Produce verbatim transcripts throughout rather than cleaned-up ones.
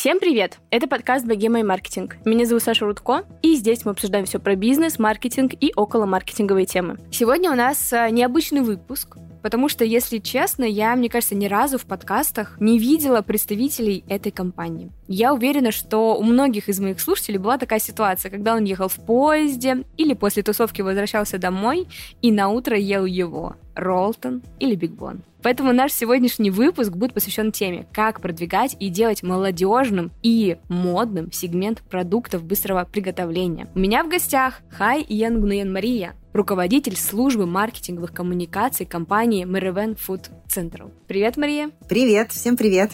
Всем привет! Это подкаст «Богема и маркетинг». Меня зовут Саша Рудко, и здесь мы обсуждаем все про бизнес, маркетинг и околомаркетинговые темы. Сегодня у нас необычный выпуск, потому что, если честно, я, мне кажется, ни разу в подкастах не видела представителей этой компании. Я уверена, что у многих из моих слушателей была такая ситуация, когда он ехал в поезде или после тусовки возвращался домой и наутро ел его Роллтон или Биг Бон. Поэтому наш сегодняшний выпуск будет посвящен теме, как продвигать и делать молодежным и модным сегмент продуктов быстрого приготовления. У меня в гостях Хай Янгнуен Мария, руководитель службы маркетинговых коммуникаций компании Merevent Food Central. Привет, Мария. Привет, всем привет.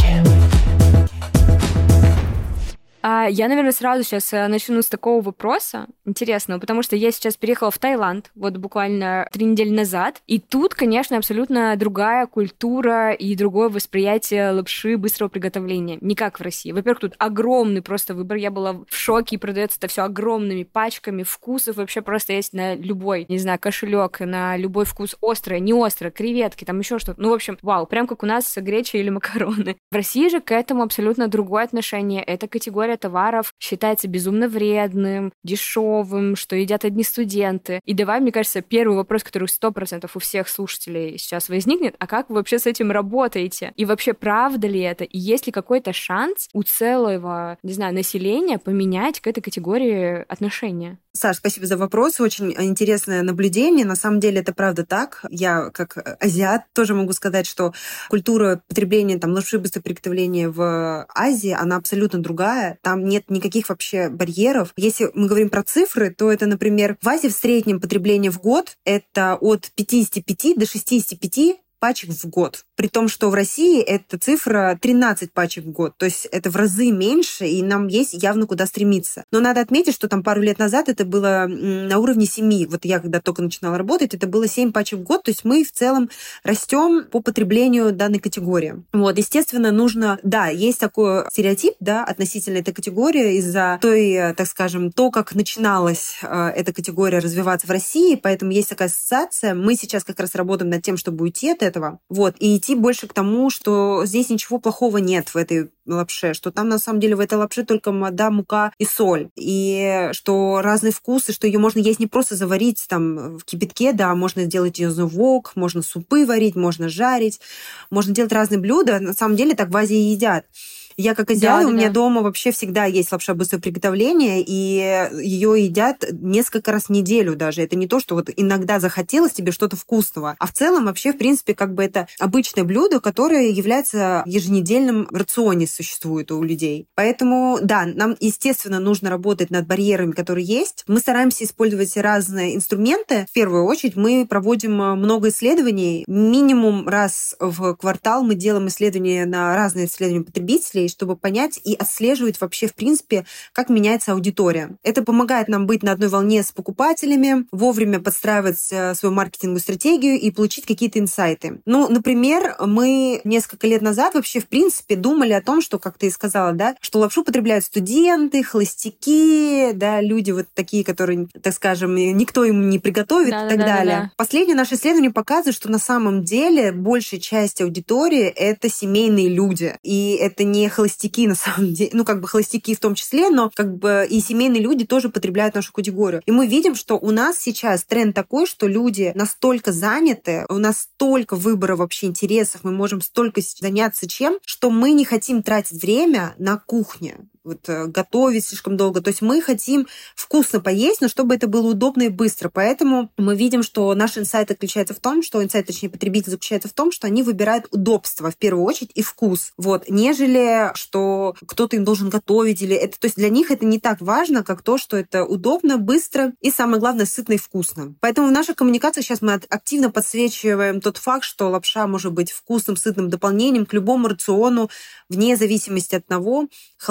А я, наверное, сразу сейчас начну с такого вопроса интересного, потому что я сейчас переехала в Таиланд, вот буквально три недели назад, и тут, конечно, абсолютно другая культура и другое восприятие лапши быстрого приготовления, не как в России. Во-первых, тут огромный просто выбор, я была в шоке, и продается это все огромными пачками, вкусов вообще просто есть на любой, не знаю, кошелек, на любой вкус, острое, не острое, креветки, там еще что-то. Ну, в общем, вау, прям как у нас греча или макароны. В России же к этому абсолютно другое отношение. Эта категория товаров считается безумно вредным, дешевым, что едят одни студенты. И давай, мне кажется, первый вопрос, который сто процентов у всех слушателей сейчас возникнет, а как вы вообще с этим работаете? И вообще, правда ли это? И есть ли какой-то шанс у целого, не знаю, населения поменять к этой категории отношения? Саш, спасибо за вопрос. Очень интересное наблюдение. На самом деле это правда так. Я, как азиат, тоже могу сказать, что культура потребления там, лапши быстрого приготовления в Азии, она абсолютно другая. Там нет никаких вообще барьеров. Если мы говорим про цифры, то это, например, в Азии в среднем потребление в год это от пятидесяти пяти до шестидесяти пяти пачек в год. При том, что в России эта цифра тринадцать пачек в год. То есть это в разы меньше, и нам есть явно куда стремиться. Но надо отметить, что там пару лет назад это было на уровне семи. Вот я когда только начинала работать, это было семь пачек в год. То есть мы в целом растем по потреблению данной категории. Вот, естественно, нужно... Да, есть такой стереотип, да, относительно этой категории из-за той, так скажем, то, как начиналась э, эта категория развиваться в России. Поэтому есть такая ассоциация. Мы сейчас как раз работаем над тем, чтобы уйти от этого. Вот, и идти больше к тому, что здесь ничего плохого нет в этой лапше, что там на самом деле в этой лапше только вода, мука и соль, и что разные вкусы, что ее можно есть не просто заварить там в кипятке, да, можно сделать ее на вок, можно супы варить, можно жарить, можно делать разные блюда, на самом деле так в Азии едят. Я как азиат, да, да, у меня да. дома вообще всегда есть лапша быстрого приготовления, и ее едят несколько раз в неделю даже. Это не то, что вот иногда захотелось тебе что-то вкусного, а в целом вообще, в принципе, как бы это обычное блюдо, которое является еженедельным рационе существует у людей. Поэтому, да, нам, естественно, нужно работать над барьерами, которые есть. Мы стараемся использовать разные инструменты. В первую очередь мы проводим много исследований. Минимум раз в квартал мы делаем исследования на разные исследования потребителей, чтобы понять и отслеживать вообще, в принципе, как меняется аудитория. Это помогает нам быть на одной волне с покупателями, вовремя подстраивать свою маркетинговую стратегию и получить какие-то инсайты. Ну, например, мы несколько лет назад вообще, в принципе, думали о том, что, как ты и сказала, да, что лапшу потребляют студенты, холостяки, да, люди вот такие, которые, так скажем, никто им не приготовит да, и так да, далее. Да, да. Последнее наше исследование показывает, что на самом деле большая часть аудитории — это семейные люди. И это не холостяки, на самом деле, ну, как бы холостяки в том числе, но как бы и семейные люди тоже потребляют нашу категорию. И мы видим, что у нас сейчас тренд такой, что люди настолько заняты, у нас столько выбора вообще интересов, мы можем столько заняться чем, что мы не хотим тратить время на кухне. Вот, готовить слишком долго. То есть мы хотим вкусно поесть, но чтобы это было удобно и быстро. Поэтому мы видим, что наш инсайт заключается в том, что инсайт, точнее, потребитель заключается в том, что они выбирают удобство в первую очередь и вкус. Вот, нежели что кто-то им должен готовить. Или это, то есть для них это не так важно, как то, что это удобно, быстро и, самое главное, сытно и вкусно. Поэтому в наших коммуникациях сейчас мы активно подсвечиваем тот факт, что лапша может быть вкусным, сытным дополнением к любому рациону, вне зависимости от того, холостяк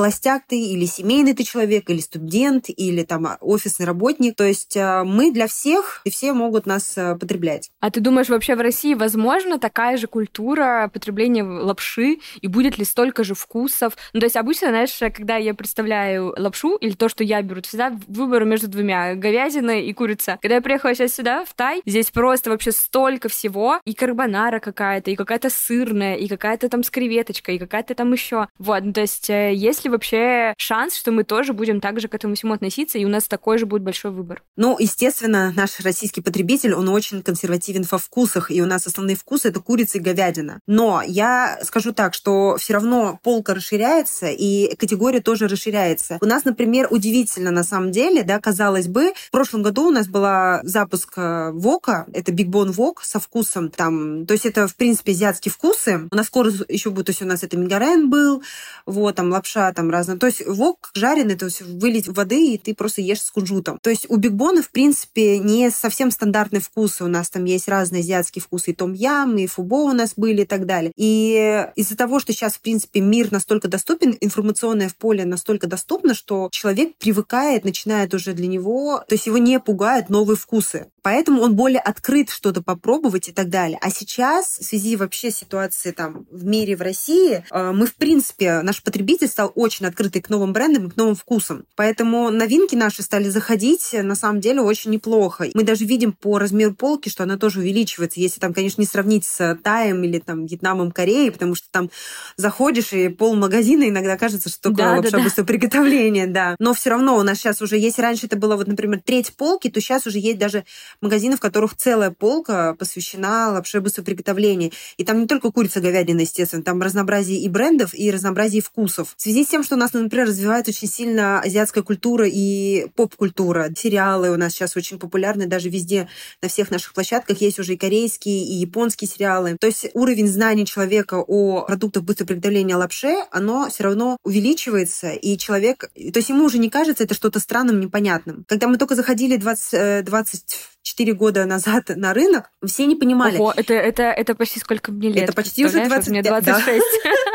богатый, или семейный ты человек, или студент, или там офисный работник. То есть мы для всех, и все могут нас потреблять. А ты думаешь, вообще в России возможно такая же культура потребления лапши, и будет ли столько же вкусов? Ну, то есть обычно, знаешь, когда я представляю лапшу, или то, что я беру, то всегда выбор между двумя, говядина и курица. Когда я приехала сейчас сюда, в Тай, здесь просто вообще столько всего, и карбонара какая-то, и какая-то сырная, и какая-то там с креветочкой, и какая-то там еще. Вот, ну, то есть есть ли вообще шанс, что мы тоже будем так же к этому всему относиться, и у нас такой же будет большой выбор? Ну, естественно, наш российский потребитель, он очень консервативен во вкусах, и у нас основные вкусы — это курица и говядина. Но я скажу так, что все равно полка расширяется, и категория тоже расширяется. У нас, например, удивительно на самом деле, да, казалось бы, в прошлом году у нас был запуск вока, это Big Bone Wok со вкусом там, то есть это, в принципе, азиатские вкусы. У нас скоро еще будет, то есть у нас это мигарен был, вот, там лапша там разная. То есть вок жареный, то есть вылить воды, и ты просто ешь с кунжутом. То есть у Big Bone, в принципе, не совсем стандартные вкусы. У нас там есть разные азиатские вкусы, и том-ям, и фубо у нас были, и так далее. И из-за того, что сейчас, в принципе, мир настолько доступен, информационное поле настолько доступно, что человек привыкает, начинает уже для него, то есть его не пугают новые вкусы. Поэтому он более открыт что-то попробовать и так далее. А сейчас, в связи вообще с ситуацией там в мире, в России, мы, в принципе, наш потребитель стал очень открытый к новым брендам и к новым вкусам. Поэтому новинки наши стали заходить, на самом деле, очень неплохо. Мы даже видим по размеру полки, что она тоже увеличивается, если там, конечно, не сравнить с Таем или там Вьетнамом, Кореей, потому что там заходишь, и полмагазина иногда кажется, что только да, лапша да, быстрого да. приготовления, да. Но все равно у нас сейчас уже, если раньше это было, вот, например, треть полки, то сейчас уже есть даже магазины, в которых целая полка посвящена лапше быстрого приготовления. И там не только курица, говядина, естественно, там разнообразие и брендов, и разнообразие вкусов. В связи с тем, что у нас, например, развивается очень сильно азиатская культура и поп-культура, сериалы у нас сейчас очень популярны, даже везде, на всех наших площадках есть уже и корейские, и японские сериалы. То есть уровень знаний человека о продуктах быстрого приготовления лапше, оно все равно увеличивается, и человек... То есть ему уже не кажется это что-то странным, непонятным. Когда мы только заходили двадцать, двадцать четыре года назад на рынок, все не понимали. Ого, это, это, это почти сколько мне лет. Это почти уже двадцать пять. Мне двадцать шесть.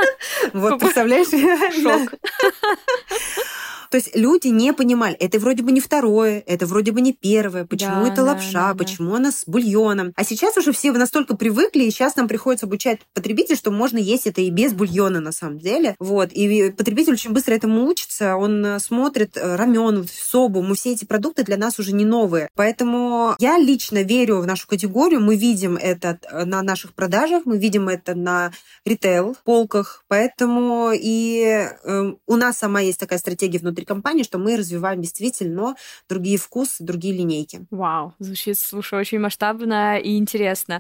Вот, представляешь? Шок. То есть люди не понимали, это вроде бы не второе, это вроде бы не первое, почему да, это да, лапша, да, почему да. она с бульоном. А сейчас уже все настолько привыкли, и сейчас нам приходится обучать потребителя, что можно есть это и без бульона на самом деле. Вот. И потребитель очень быстро этому учится, он смотрит рамен, собу, мы все эти продукты для нас уже не новые. Поэтому я лично верю в нашу категорию, мы видим это на наших продажах, мы видим это на ритейл-полках, поэтому и э, у нас сама есть такая стратегия внутри компании, что мы развиваем действительно другие вкусы, другие линейки. Вау, звучит, слушай, очень масштабно и интересно.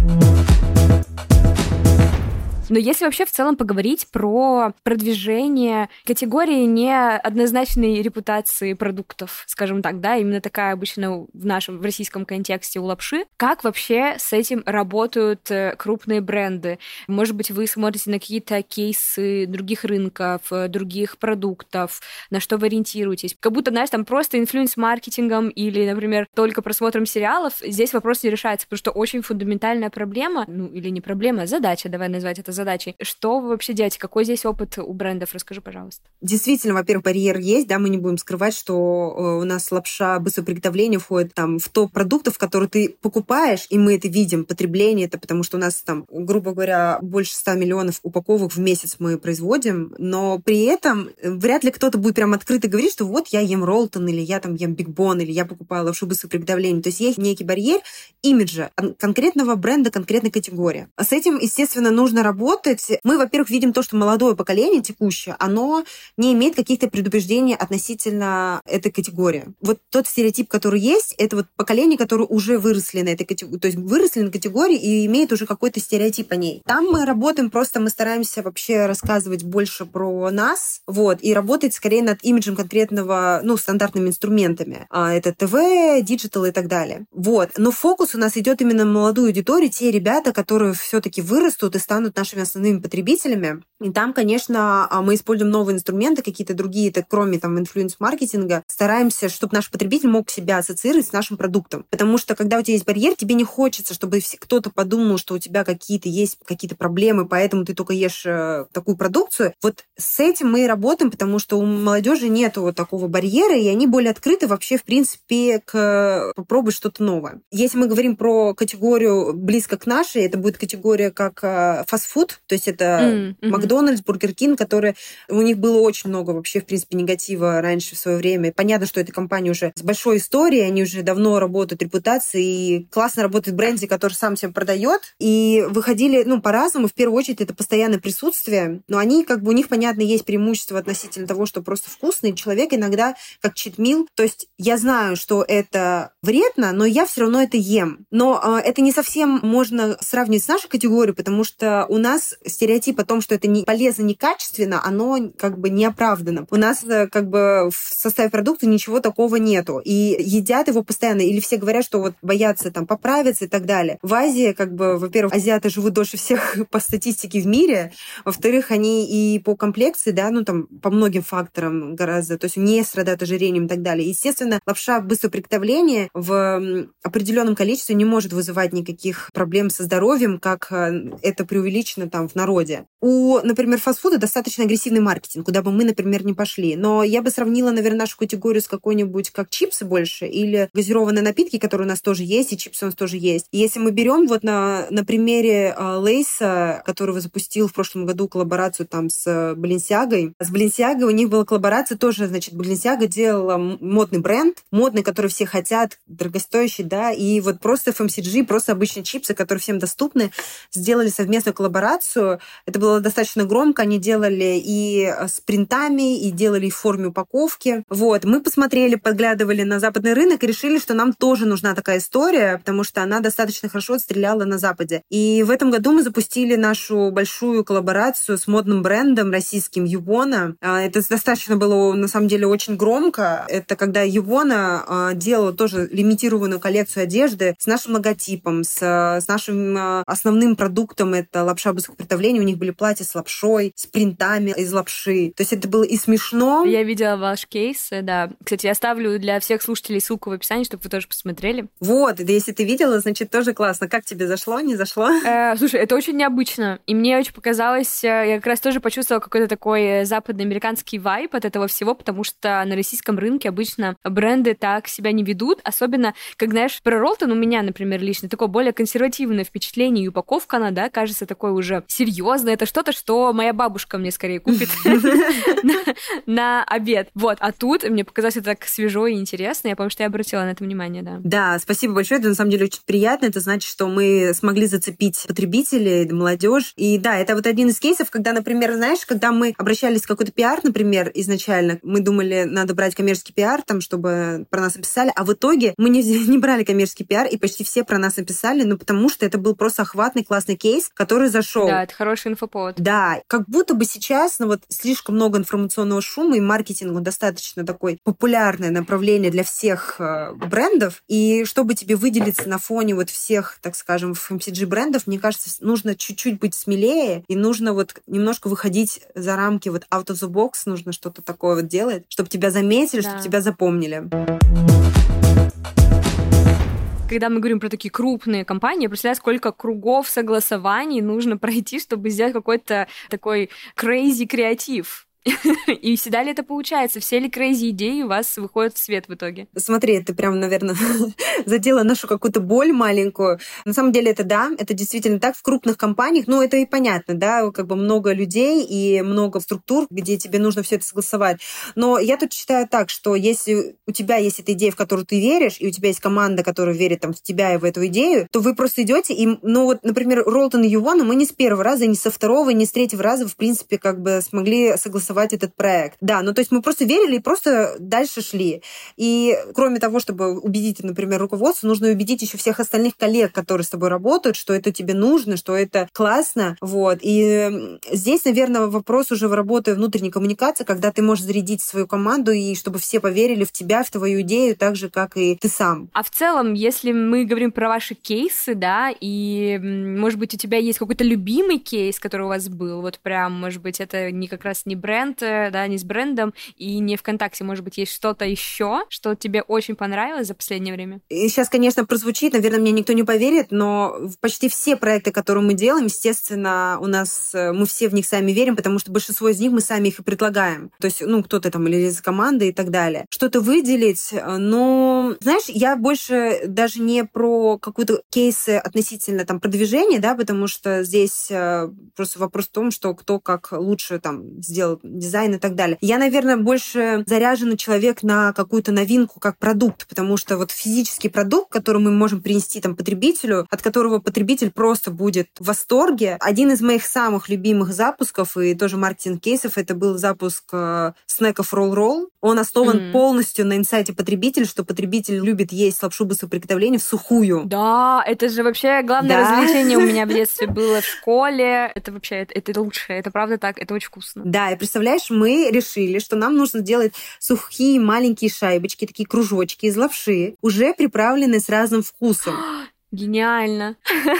Но если вообще в целом поговорить про продвижение категории неоднозначной репутации продуктов, скажем так, да, именно такая обычно в нашем, в российском контексте у лапши, как вообще с этим работают крупные бренды? Может быть, вы смотрите на какие-то кейсы других рынков, других продуктов, на что вы ориентируетесь? Как будто, знаешь, там просто инфлюенс-маркетингом или, например, только просмотром сериалов здесь вопрос не решается, потому что очень фундаментальная проблема, ну или не проблема, а задача, давай назвать это задачей. Что вы вообще делаете? Какой здесь опыт у брендов? Расскажи, пожалуйста. Действительно, во-первых, барьер есть, да, мы не будем скрывать, что у нас лапша быстрого приготовления входит там в топ продуктов, которые ты покупаешь, и мы это видим, потребление, это потому что у нас там, грубо говоря, больше ста миллионов упаковок в месяц мы производим, но при этом вряд ли кто-то будет прям открыто говорить, что вот я ем Ролтон, или я там ем Big Bone, или я покупаю лапшу быстрого приготовления. То есть есть некий барьер имиджа конкретного бренда, конкретной категории. А с этим, естественно, нужно работать. Мы, во-первых, видим то, что молодое поколение текущее, оно не имеет каких-то предубеждений относительно этой категории. Вот тот стереотип, который есть, это вот поколение, которое уже выросли на этой категории, то есть выросли на категории и имеет уже какой-то стереотип о ней. Там мы работаем, просто мы стараемся вообще рассказывать больше про нас, вот, и работать скорее над имиджем конкретного, ну, стандартными инструментами. А это ТВ, диджитал и так далее. Вот. Но фокус у нас идет именно на молодую аудиторию, те ребята, которые все-таки вырастут и станут нашими нашими основными потребителями. И там, конечно, мы используем новые инструменты, какие-то другие, это кроме там инфлюенс-маркетинга, стараемся, чтобы наш потребитель мог себя ассоциировать с нашим продуктом. Потому что, когда у тебя есть барьер, тебе не хочется, чтобы кто-то подумал, что у тебя какие-то есть какие-то проблемы, поэтому ты только ешь такую продукцию. Вот с этим мы и работаем, потому что у молодежи нет вот такого барьера, и они более открыты вообще, в принципе, к попробовать что-то новое. Если мы говорим про категорию близко к нашей, это будет категория как фастфуд, то есть это mm-hmm. Макдональдс, Бургер Кинг, которые у них было очень много вообще, в принципе, негатива раньше в свое время. Понятно, что эта компания уже с большой историей, они уже давно работают репутацией, и классно работает в бренде, который сам себя продает. И выходили, ну, по-разному. В первую очередь, это постоянное присутствие. Но они, как бы, у них, понятно, есть преимущество относительно того, что просто вкусный человек иногда как читмил. То есть я знаю, что это вредно, но я все равно это ем. Но э, это не совсем можно сравнивать с нашей категорией, потому что у нас стереотип о том, что это не полезно, не качественно, оно как бы не оправдано. У нас как бы в составе продукта ничего такого нету. И едят его постоянно. Или все говорят, что вот боятся там поправиться и так далее. В Азии, как бы, во-первых, азиаты живут дольше всех по статистике в мире. Во-вторых, они и по комплекции, да, ну там по многим факторам гораздо, то есть не страдают ожирением и так далее. Естественно, лапша быстрого приготовления в определенном количестве не может вызывать никаких проблем со здоровьем, как это преувеличено там в народе. У, например, фастфуда достаточно агрессивный маркетинг, куда бы мы, например, не пошли. Но я бы сравнила, наверное, нашу категорию с какой-нибудь, как чипсы больше, или газированные напитки, которые у нас тоже есть, и чипсы у нас тоже есть. И если мы берем вот на, на примере Лейса, которого запустил в прошлом году коллаборацию там с Balenciaga, с Balenciaga у них была коллаборация тоже, значит, Balenciaga делала модный бренд, модный, который все хотят, дорогостоящий, да, и вот просто эф эм си джи, просто обычные чипсы, которые всем доступны, сделали совместную коллаборацию. Это было достаточно громко, они делали и с принтами, и делали в форме упаковки. Вот, мы посмотрели, подглядывали на западный рынок и решили, что нам тоже нужна такая история, потому что она достаточно хорошо отстреляла на Западе. И в этом году мы запустили нашу большую коллаборацию с модным брендом российским Ювона. Это достаточно было, на самом деле, очень громко. Это когда Ювона делала тоже лимитированную коллекцию одежды с нашим логотипом, с, с нашим основным продуктом, это лапша быстрого приготовления. У них были платья с лапшой, с принтами из лапши. То есть это было и смешно. Я видела ваш кейс, да. Кстати, я оставлю для всех слушателей ссылку в описании, чтобы вы тоже посмотрели. Вот, да, если ты видела, значит, тоже классно. Как тебе зашло, не зашло? Э, слушай, это очень необычно. И мне очень показалось, я как раз тоже почувствовала какой-то такой западноамериканский вайб от этого всего, потому что на российском рынке обычно бренды так себя не ведут, особенно, как, знаешь, про Ролтон у меня, например, лично такое более консервативное впечатление, и упаковка, она, да, кажется такой уже серьезной. Это что-то, что моя бабушка мне скорее купит на обед. Вот. А тут мне показалось это так свежо и интересно. Я помню, что я обратила на это внимание, да. Да, спасибо большое. Это на самом деле очень приятно. Это значит, что мы смогли зацепить потребителей, молодежь. И да, это вот один из кейсов, когда, например, знаешь, когда мы обращались в какой-то пиар, например, изначально, мы думали, надо брать коммерческий пиар, там, чтобы про нас написали, а в итоге мы не, не брали коммерческий пиар, и почти все про нас написали, ну, потому что это был просто охватный, классный кейс, который зашел. Да, это хороший инфоповод. Да, как будто бы сейчас, ну, вот слишком много информационного шума, и маркетинг достаточно такое популярное направление для всех э, брендов, и чтобы тебе выделиться на фоне вот всех, так скажем, эф эм си джи-брендов, мне кажется, нужно чуть-чуть быть смелее, и нужно вот немножко выходить за рамки вот out of the box, нужно что-то такое вот делать, чтобы тебя заметили, да. Чтобы тебя запомнили. Когда мы говорим про такие крупные компании, я представляю, сколько кругов согласований нужно пройти, чтобы сделать какой-то такой crazy креатив. И всегда ли это получается? Все ли crazy идеи у вас выходят в свет в итоге? Смотри, ты прям, наверное, задела нашу какую-то боль маленькую. На самом деле это да, это действительно так в крупных компаниях. Ну, это и понятно, да, как бы много людей и много структур, где тебе нужно все это согласовать. Но я тут считаю так, что если у тебя есть эта идея, в которую ты веришь, и у тебя есть команда, которая верит там, в тебя и в эту идею, то вы просто идете и, ну вот, например, Ролтон и Ювона мы не с первого раза, не со второго, не с третьего раза, в принципе, как бы смогли согласовать согласовать этот проект. Да, ну то есть мы просто верили и просто дальше шли. И кроме того, чтобы убедить, например, руководство, нужно убедить еще всех остальных коллег, которые с тобой работают, что это тебе нужно, что это классно. Вот. И здесь, наверное, вопрос уже в работе внутренней коммуникации, когда ты можешь зарядить свою команду, и чтобы все поверили в тебя, в твою идею, так же, как и ты сам. А в целом, если мы говорим про ваши кейсы, да, и, может быть, у тебя есть какой-то любимый кейс, который у вас был, вот прям, может быть, это не как раз не бренд, да, не с брендом, и не ВКонтакте, может быть, есть что-то еще, что тебе очень понравилось за последнее время? И сейчас, конечно, прозвучит, наверное, мне никто не поверит, но почти все проекты, которые мы делаем, естественно, у нас, мы все в них сами верим, потому что большинство из них мы сами их и предлагаем. То есть, ну, кто-то там или из команды и так далее. Что-то выделить, но, знаешь, я больше даже не про какую-то кейсы относительно там продвижения, да, потому что здесь просто вопрос в том, что кто как лучше там сделал дизайн и так далее. Я, наверное, больше заряженный человек на какую-то новинку как продукт, потому что вот физический продукт, который мы можем принести там потребителю, от которого потребитель просто будет в восторге. Один из моих самых любимых запусков и тоже маркетинг-кейсов, это был запуск э, снеков Roll-Roll. Он основан mm-hmm. полностью на инсайте потребителя, что потребитель любит есть лапшу быстрого приготовления в сухую. Да, это же вообще главное да. развлечение у меня в детстве было в школе. Это вообще, это, это лучшее, это правда так, это очень вкусно. Да, и представляешь, мы решили, что нам нужно делать сухие маленькие шайбочки, такие кружочки из лапши, уже приправленные с разным вкусом. Гениально.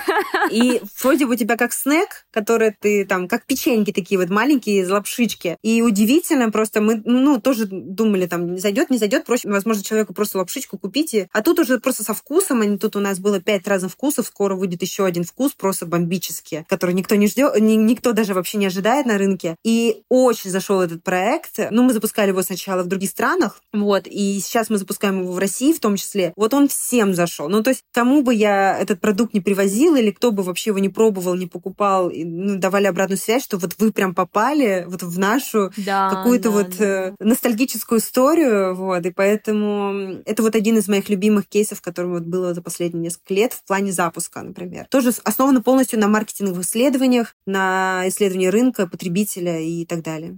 И вроде бы у тебя как снэк, который ты там, как печеньки такие вот маленькие из лапшички. И удивительно, просто мы, ну, тоже думали, там, не зайдет, не зайдет, проще, возможно, человеку просто лапшичку купите. А тут уже просто со вкусом, они тут у нас было пять разных вкусов, скоро выйдет еще один вкус, просто бомбический, который никто не ждет, никто даже вообще не ожидает на рынке. И очень зашел этот проект. Ну, мы запускали его сначала в других странах, вот, и сейчас мы запускаем его в России в том числе. Вот он всем зашел. Ну, то есть, кому бы я этот продукт не привозила, или кто бы вообще его не пробовал, не покупал, и, ну, давали обратную связь, что вот вы прям попали вот в нашу да, какую-то да, вот да. э, ностальгическую историю, вот, и поэтому это вот один из моих любимых кейсов, который вот было за последние несколько лет в плане запуска, например. Тоже основано полностью на маркетинговых исследованиях, на исследовании рынка, потребителя и так далее.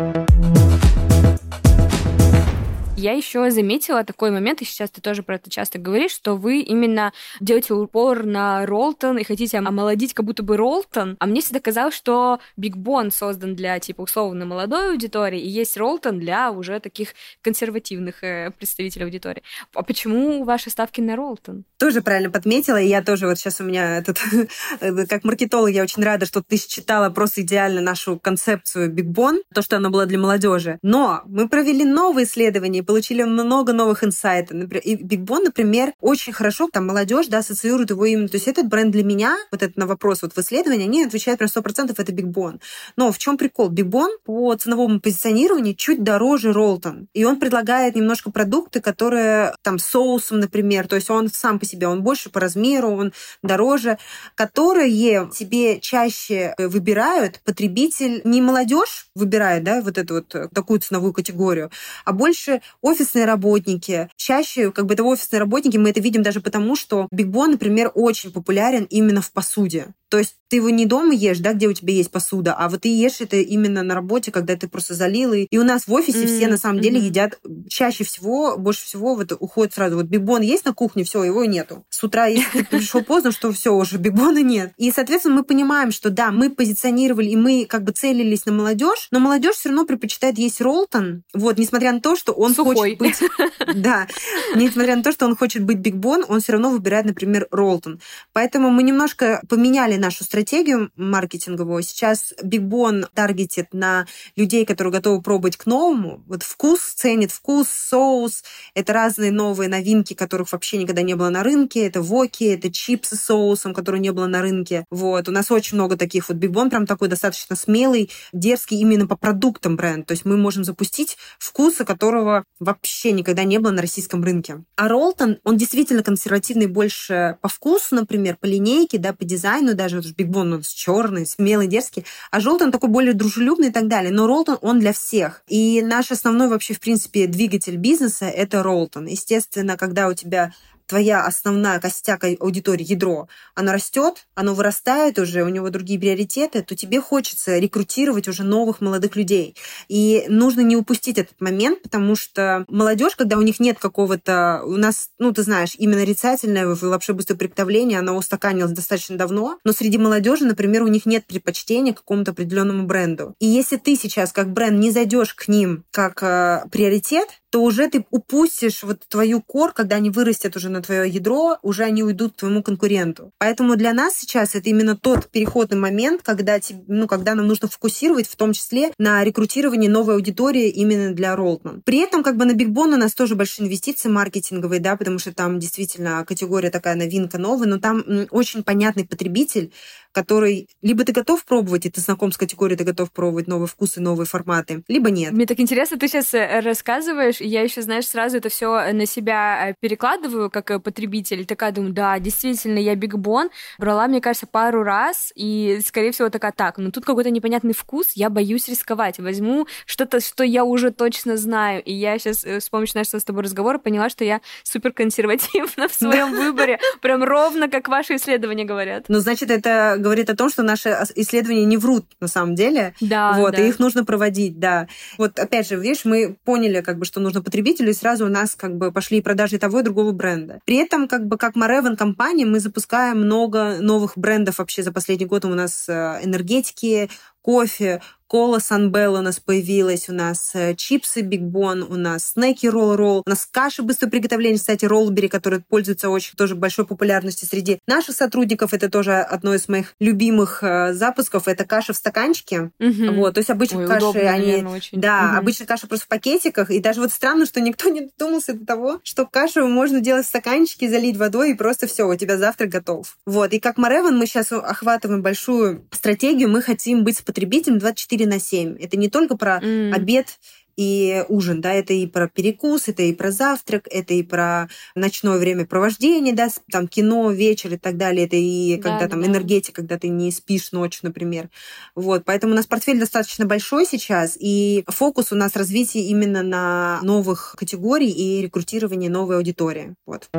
Я еще заметила такой момент, и сейчас ты тоже про это часто говоришь, что вы именно делаете упор на Роллтон и хотите омолодить как будто бы Роллтон, а мне всегда казалось, что Биг Бон создан для, типа, условно молодой аудитории, и есть Роллтон для уже таких консервативных э, представителей аудитории. А почему ваши ставки на Роллтон? Тоже правильно подметила, и я тоже вот сейчас у меня этот, как маркетолог, я очень рада, что ты считала просто идеально нашу концепцию Биг Бон, то, что она была для молодежи. Но мы провели новые исследования, получили много новых инсайтов. И Биг Бон, например, очень хорошо, там молодежь, да, ассоциирует его именно. То есть этот бренд для меня, вот это на вопрос вот в исследовании, они отвечают прям сто процентов это Биг Бон. Но в чем прикол? Биг Бон по ценовому позиционированию чуть дороже Роллтон. И он предлагает немножко продукты, которые там с соусом, например, то есть он сам по себе, он больше по размеру, он дороже, которые себе чаще выбирают потребитель, не молодежь выбирает, да, вот эту вот такую ценовую категорию, а больше офисные работники. Чаще, как бы, это офисные работники, мы это видим даже потому, что Биг Бон, например, очень популярен именно в посуде. То есть ты его не дома ешь, да, где у тебя есть посуда, а вот ты ешь это именно на работе, когда ты просто залил. И, и у нас в офисе mm-hmm. все на самом деле mm-hmm. едят чаще всего, больше всего вот уходит сразу. Вот Биг Бон есть на кухне, все, его нету. С утра, если ты пришел поздно, что все, уже Биг Бона нет. И, соответственно, мы понимаем, что да, мы позиционировали, и мы как бы целились на молодежь, но молодежь все равно предпочитает есть Роллтон, вот, несмотря на то, что он Сухой. хочет быть... Да, несмотря на то, что он хочет быть Биг Бон, он все равно выбирает, например, Роллтон. Поэтому мы немножко поменяли нашу стратегию маркетинговую. Сейчас Биг Бон таргетит на людей, которые готовы пробовать к новому. Вот вкус, ценит вкус, соус. Это разные новые новинки, которых вообще никогда не было на рынке. Это воки, это чипсы с соусом, которые не было на рынке. Вот. У нас очень много таких. Вот Биг Бон прям такой достаточно смелый, дерзкий именно по продуктам бренд. То есть мы можем запустить вкусы, которого вообще никогда не было на российском рынке. А Роллтон, он действительно консервативный больше по вкусу, например, по линейке, да, по дизайну даже. Вот Биг Бон, он черный, смелый, дерзкий. А желтый, он такой более дружелюбный и так далее. Но Роллтон, он для всех. И наш основной вообще, в принципе, двигатель бизнеса — это Роллтон. Естественно, когда у тебя твоя основная костяк аудитории, ядро, оно растет, оно вырастает уже, у него другие приоритеты, то тебе хочется рекрутировать уже новых молодых людей. И нужно не упустить этот момент, потому что молодежь, когда у них нет какого-то... У нас, ну, ты знаешь, именно нарицательное в лапше быстрого приготовления, оно устаканилось достаточно давно, но среди молодежи, например, у них нет предпочтения к какому-то определенному бренду. И если ты сейчас как бренд не зайдешь к ним как э, приоритет, то уже ты упустишь вот твою кор, когда они вырастят уже на твое ядро, уже они уйдут к твоему конкуренту. Поэтому для нас сейчас это именно тот переходный момент, когда, ну, когда нам нужно фокусировать в том числе на рекрутировании новой аудитории именно для Rolltman. При этом как бы на Big Bon у нас тоже большие инвестиции маркетинговые, да, потому что там действительно категория такая новинка новая, но там очень понятный потребитель, который либо ты готов пробовать, и ты знаком с категорией, ты готов пробовать новые вкусы, новые форматы, либо нет. Мне так интересно, ты сейчас рассказываешь, и я еще, знаешь, сразу это все на себя перекладываю как потребитель. Такая думаю, да, действительно, я Big Bon брала, мне кажется, пару раз, и, скорее всего, такая, так, ну тут какой-то непонятный вкус, я боюсь рисковать. Возьму что-то, что я уже точно знаю. И я сейчас с помощью нашего с тобой разговора поняла, что я супер консервативна в своем выборе, прям ровно как ваши исследования говорят. Ну, значит, это говорит о том, что наши исследования не врут на самом деле. Да, вот, да. И их нужно проводить, да. Вот опять же, видишь, мы поняли, как бы, что нужно потребителю, и сразу у нас как бы пошли продажи того и другого бренда. При этом, как бы, как Marevan компания, мы запускаем много новых брендов вообще за последний год. У нас энергетики, кофе, кола Sunbell у нас появилась, у нас чипсы Big Bon, у нас снеки Roll-Roll, у нас каши быстрого приготовления, кстати, Rollberry, которые пользуются очень тоже большой популярностью среди наших сотрудников. Это тоже одно из моих любимых э, запусков. Это каша в стаканчике. Угу. Вот, то есть обычно Ой, каши, удобно, они... наверное, очень. Да, угу. обычно каша просто в пакетиках. И даже вот странно, что никто не додумался до того, что кашу можно делать в стаканчике, залить водой, и просто все, у тебя завтрак готов. Вот. И как Marevan мы сейчас охватываем большую стратегию. Мы хотим быть с потребителем двадцать четыре на семь. Это не только про mm. обед и ужин, да, это и про перекус, это и про завтрак, это и про ночное времяпровождение, да, там кино, вечер и так далее, это и да, когда там да. энергетика, когда ты не спишь ночью, например. Вот, поэтому у нас портфель достаточно большой сейчас, и фокус у нас развитие именно на новых категорий и рекрутировании новой аудитории. Вот.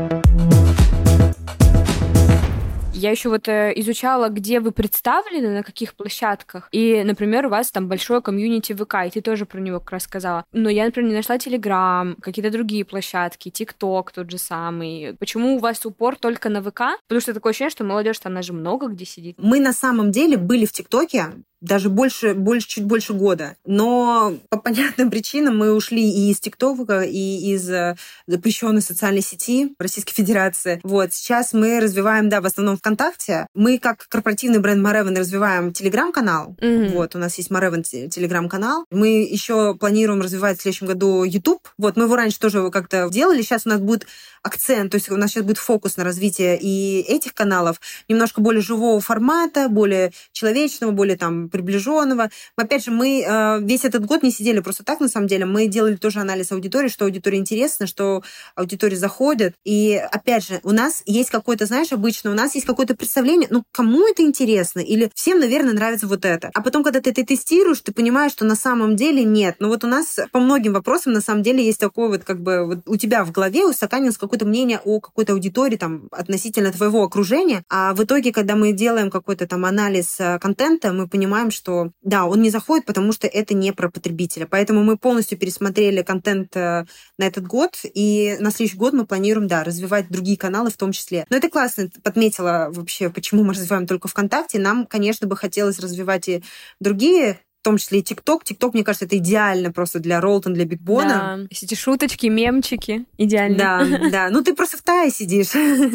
Я еще вот изучала, где вы представлены, на каких площадках. И, например, у вас там большое комьюнити ВК, и ты тоже про него как раз сказала. Но я, например, не нашла Телеграм, какие-то другие площадки, ТикТок тот же самый. Почему у вас упор только на ВК? Потому что такое ощущение, что молодежь там, она же много где сидит. Мы на самом деле были в ТикТоке, даже больше, больше, чуть больше года. Но по понятным причинам мы ушли и из ТикТока, и из запрещенной социальной сети Российской Федерации. Вот. Сейчас мы развиваем, да, в основном ВКонтакте. Мы, как корпоративный бренд Marevan, развиваем Телеграм-канал. Mm-hmm. Вот. У нас есть Marevan Телеграм-канал. Мы еще планируем развивать в следующем году YouTube. Вот. Мы его раньше тоже как-то делали. Сейчас у нас будет акцент, то есть у нас сейчас будет фокус на развитие и этих каналов, немножко более живого формата, более человечного, более там приближенного. Опять же, мы э, весь этот год не сидели просто так, на самом деле. Мы делали тоже анализ аудитории, что аудитории интересно, что аудитории заходит. И опять же, у нас есть какое-то, знаешь, обычно у нас есть какое-то представление, ну, кому это интересно? Или всем, наверное, нравится вот это. А потом, когда ты это тестируешь, ты понимаешь, что на самом деле нет. Но вот у нас по многим вопросам, на самом деле, есть такое вот как бы вот у тебя в голове устаканилось какое-то мнение о какой-то аудитории там относительно твоего окружения, а в итоге, когда мы делаем какой-то там анализ контента, мы понимаем, что да, он не заходит, потому что это не про потребителя. Поэтому мы полностью пересмотрели контент на этот год, и на следующий год мы планируем, да, развивать другие каналы в том числе. Но это классно, подметила вообще, почему мы развиваем только ВКонтакте. Нам, конечно, бы хотелось развивать и другие, в том числе и ТикТок. ТикТок, мне кажется, это идеально просто для Rolltman, для Big Bon. Да, эти шуточки, мемчики, идеально. Да, да. Ну, ты просто в Тае сидишь.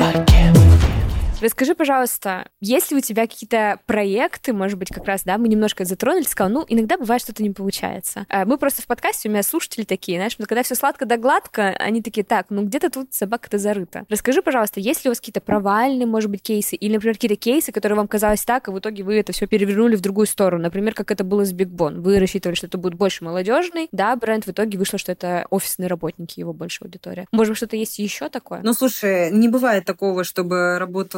Расскажи, пожалуйста, есть ли у тебя какие-то проекты, может быть, как раз, да, мы немножко затронули, сказал, ну, иногда бывает, что-то не получается. Мы просто в подкасте, у меня слушатели такие, знаешь, когда все сладко да гладко, они такие, так, ну, где-то тут собака-то зарыта. Расскажи, пожалуйста, есть ли у вас какие-то провальные, может быть, кейсы, или, например, какие-то кейсы, которые вам казалось так, а в итоге вы это все перевернули в другую сторону, например, как это было с Big Bon. Вы рассчитывали, что это будет больше молодежный, да, бренд, в итоге вышло, что это офисные работники, его больше аудитория. Может быть, что-то есть еще такое? Ну, слушай, не бывает такого, чтобы работал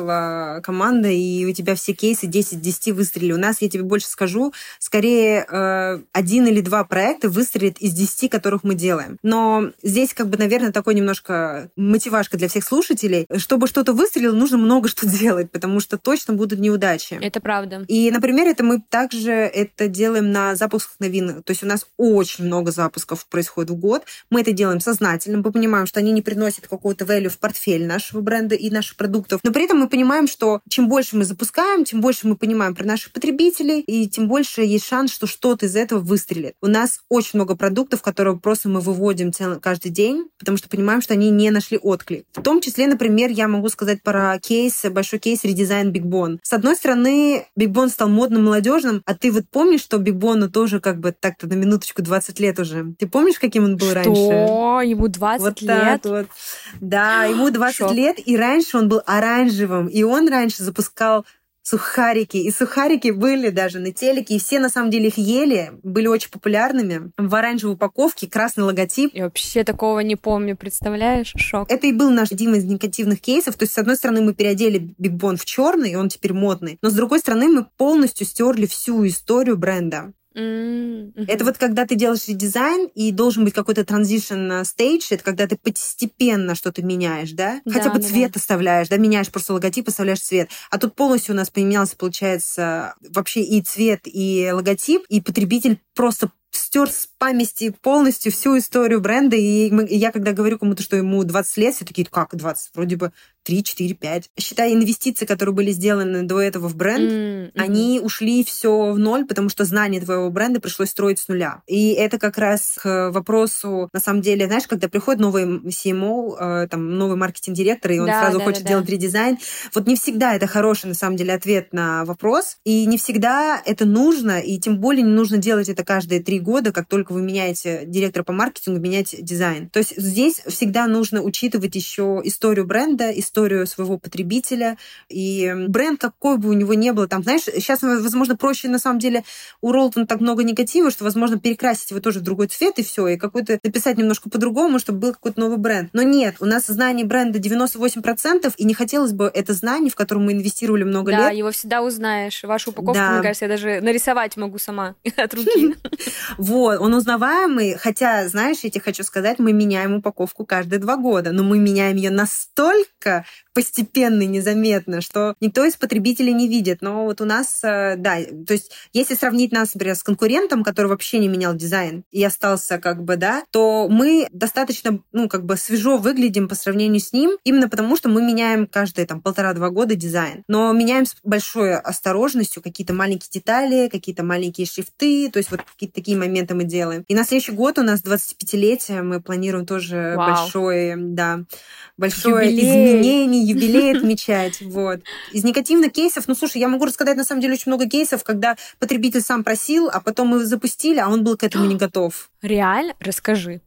работала команда, и у тебя все кейсы десять из десяти выстрелили. У нас, я тебе больше скажу, скорее э, один или два проекта выстрелит из десяти, которых мы делаем. Но здесь, как бы, наверное, такой немножко мотивашка для всех слушателей. Чтобы что-то выстрелило, нужно много что делать, потому что точно будут неудачи. Это правда. И, например, это мы также это делаем на запусках новинок. То есть у нас очень много запусков происходит в год. Мы это делаем сознательно. Мы понимаем, что они не приносят какого-то value в портфель нашего бренда и наших продуктов. Но при этом мы понимаем, что чем больше мы запускаем, тем больше мы понимаем про наших потребителей, и тем больше есть шанс, что что-то из этого выстрелит. У нас очень много продуктов, которые просто мы выводим каждый день, потому что понимаем, что они не нашли отклик. В том числе, например, я могу сказать про кейс, большой кейс редизайн Big Bon. С одной стороны, Big Bon стал модным, молодежным, а ты вот помнишь, что Big Bon тоже как бы так-то на минуточку двадцать лет уже? Ты помнишь, каким он был что? раньше? Что? Ему двадцать вот лет? Вот. Да, ему двадцать Шок. лет, и раньше он был оранжевым, и он раньше запускал сухарики. И сухарики были даже на телеке, и все, на самом деле, их ели, были очень популярными. В оранжевой упаковке, красный логотип. Я вообще такого не помню, представляешь? Шок. Это и был наш один из негативных кейсов. То есть, с одной стороны, мы переодели Big Bon в черный, и он теперь модный. Но, с другой стороны, мы полностью стерли всю историю бренда. Mm-hmm. Это вот когда ты делаешь редизайн, и должен быть какой-то transition stage, это когда ты постепенно что-то меняешь, да? Да, Хотя бы да, цвет да. оставляешь, да, меняешь просто логотип, оставляешь цвет. А тут полностью у нас поменялся, получается, вообще и цвет, и логотип, и потребитель просто стер с памяти полностью всю историю бренда. И мы, я когда говорю кому-то, что ему двадцать лет, все такие, как двадцать? Вроде бы три, четыре, пять. Считай, инвестиции, которые были сделаны до этого в бренд, Mm-hmm. они ушли все в ноль, потому что знание твоего бренда пришлось строить с нуля. И это как раз к вопросу, на самом деле, знаешь, когда приходит новый си эм о, там, новый маркетинг-директор, и он Да, сразу да, хочет да, делать да. редизайн, вот не всегда это хороший, на самом деле, ответ на вопрос, и не всегда это нужно, и тем более не нужно делать это каждые три года, как только вы меняете директора по маркетингу, меняете дизайн. То есть здесь всегда нужно учитывать еще историю бренда, историю своего потребителя, и бренд, какой бы у него ни было, там, знаешь, сейчас, возможно, проще, на самом деле, у Ролтона так много негатива, что, возможно, перекрасить его тоже в другой цвет, и все, и какой-то написать немножко по-другому, чтобы был какой-то новый бренд. Но нет, у нас знание бренда девяносто восемь процентов, и не хотелось бы это знание, в котором мы инвестировали много Да, лет. его всегда узнаешь. Вашу упаковку, Да. мне кажется, я даже нарисовать могу сама от руки. Вот, он узнаваемый, хотя, знаешь, я тебе хочу сказать, мы меняем упаковку каждые два года, но мы меняем ее настолько постепенно и незаметно, что никто из потребителей не видит. Но вот у нас, да, то есть если сравнить нас, например, с конкурентом, который вообще не менял дизайн и остался как бы, да, то мы достаточно, ну, как бы свежо выглядим по сравнению с ним, именно потому что мы меняем каждые там полтора-два года дизайн. Но меняем с большой осторожностью какие-то маленькие детали, какие-то маленькие шрифты, то есть вот какие-то такие моменты мы делаем. И на следующий год у нас двадцатипятилетие, мы планируем тоже Вау. большое, да, большое Юбилей. изменение, юбилей отмечать. Вот. Из негативных кейсов, ну, слушай, я могу рассказать, на самом деле, очень много кейсов, когда потребитель сам просил, а потом мы запустили, а он был к этому не готов. Реально? Расскажи.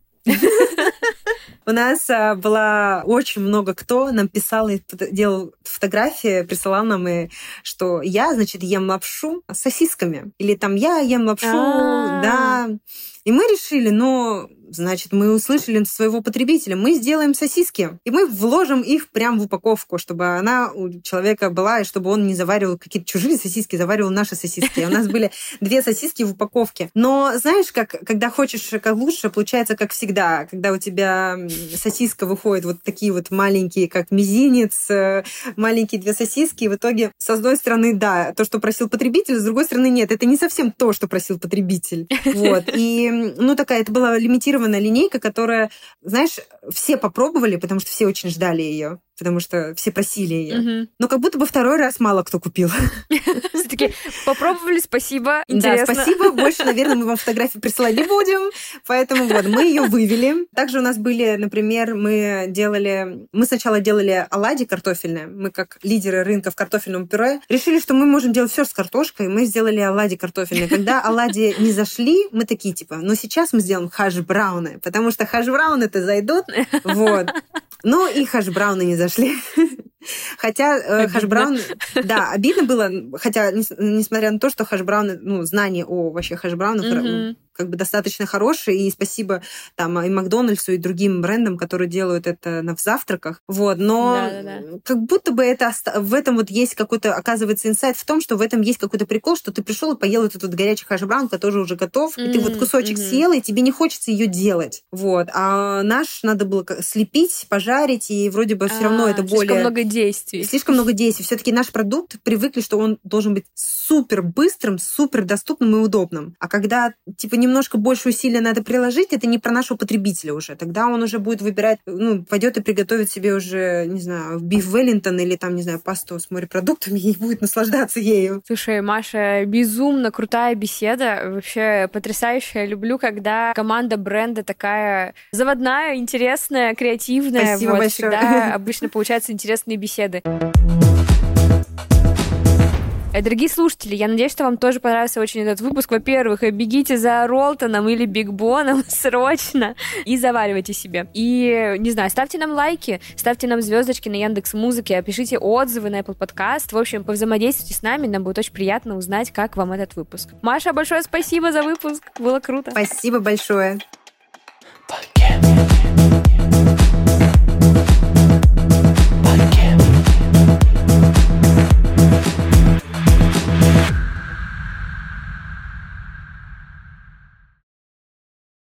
У нас а, было очень много кто нам писал и делал фотографии, присылал нам, и, что я, значит, ем лапшу с сосисками. Или там я ем лапшу, А-а-а. да. И мы решили, ну, значит, мы услышали своего потребителя, мы сделаем сосиски, и мы вложим их прямо в упаковку, чтобы она у человека была, и чтобы он не заваривал какие-то чужие сосиски, заваривал наши сосиски. У нас были две сосиски в упаковке. Но знаешь, как, когда хочешь как лучше, получается как всегда, когда у тебя сосиска выходит вот такие вот маленькие, как мизинец, маленькие две сосиски, и в итоге, с одной стороны, да, то, что просил потребитель, с другой стороны, нет, это не совсем то, что просил потребитель. Вот. И, ну, такая, это была лимитированная линейка, которая, знаешь, все попробовали, потому что все очень ждали ее, потому что все просили ее. Мгм. Но как будто бы второй раз мало кто купил. Все-таки попробовали, спасибо, интересно. Да, спасибо. Больше, наверное, мы вам фотографии присылать не будем. Поэтому вот, мы ее вывели. Также у нас были, например, мы делали... Мы сначала делали оладьи картофельные. Мы, как лидеры рынка в картофельном пюре, решили, что мы можем делать все с картошкой. Мы сделали оладьи картофельные. Когда оладьи не зашли, мы такие, типа, ну сейчас мы сделаем хаш-брауны, потому что хаш-брауны-то зайдут. Вот. Ну и хаш-брауны не зашли. Хотя э, хаш-браун... Да, обидно было, хотя, несмотря на то, что хаш-брауны, ну, знание о вообще хаш-браунах Мгм. как бы достаточно хороший, и спасибо там и Макдональдсу, и другим брендам, которые делают это на завтраках. Вот, но Да-да-да. как будто бы это в этом вот есть какой-то, оказывается, инсайт в том, что в этом есть какой-то прикол, что ты пришел и поел этот вот горячий хэш-браун, который уже готов, mm-hmm. и ты вот кусочек mm-hmm. съела, и тебе не хочется ее делать. Вот. А наш надо было слепить, пожарить, и вроде бы все равно это более... Слишком много действий. Слишком много действий. Все-таки наш продукт привыкли, что он должен быть супер быстрым, супер доступным и удобным. А когда типа немножко больше усилия надо приложить, это не про нашего потребителя уже. Тогда он уже будет выбирать, ну, пойдет и приготовит себе уже, не знаю, биф Веллингтон или там, не знаю, пасту с морепродуктами и будет наслаждаться ею. Слушай, Маша, безумно крутая беседа. Вообще потрясающая. Люблю, когда команда бренда такая заводная, интересная, креативная. Спасибо вот, большое. Всегда обычно получаются интересные беседы. Дорогие слушатели, я надеюсь, что вам тоже понравился очень этот выпуск. Во-первых, бегите за Ролтоном или Биг Боном срочно и заваривайте себе. И, не знаю, ставьте нам лайки, ставьте нам звездочки на Яндекс.Музыке, пишите отзывы на Apple Podcast. В общем, повзаимодействуйте с нами, нам будет очень приятно узнать, как вам этот выпуск. Маша, большое спасибо за выпуск, было круто. Спасибо большое.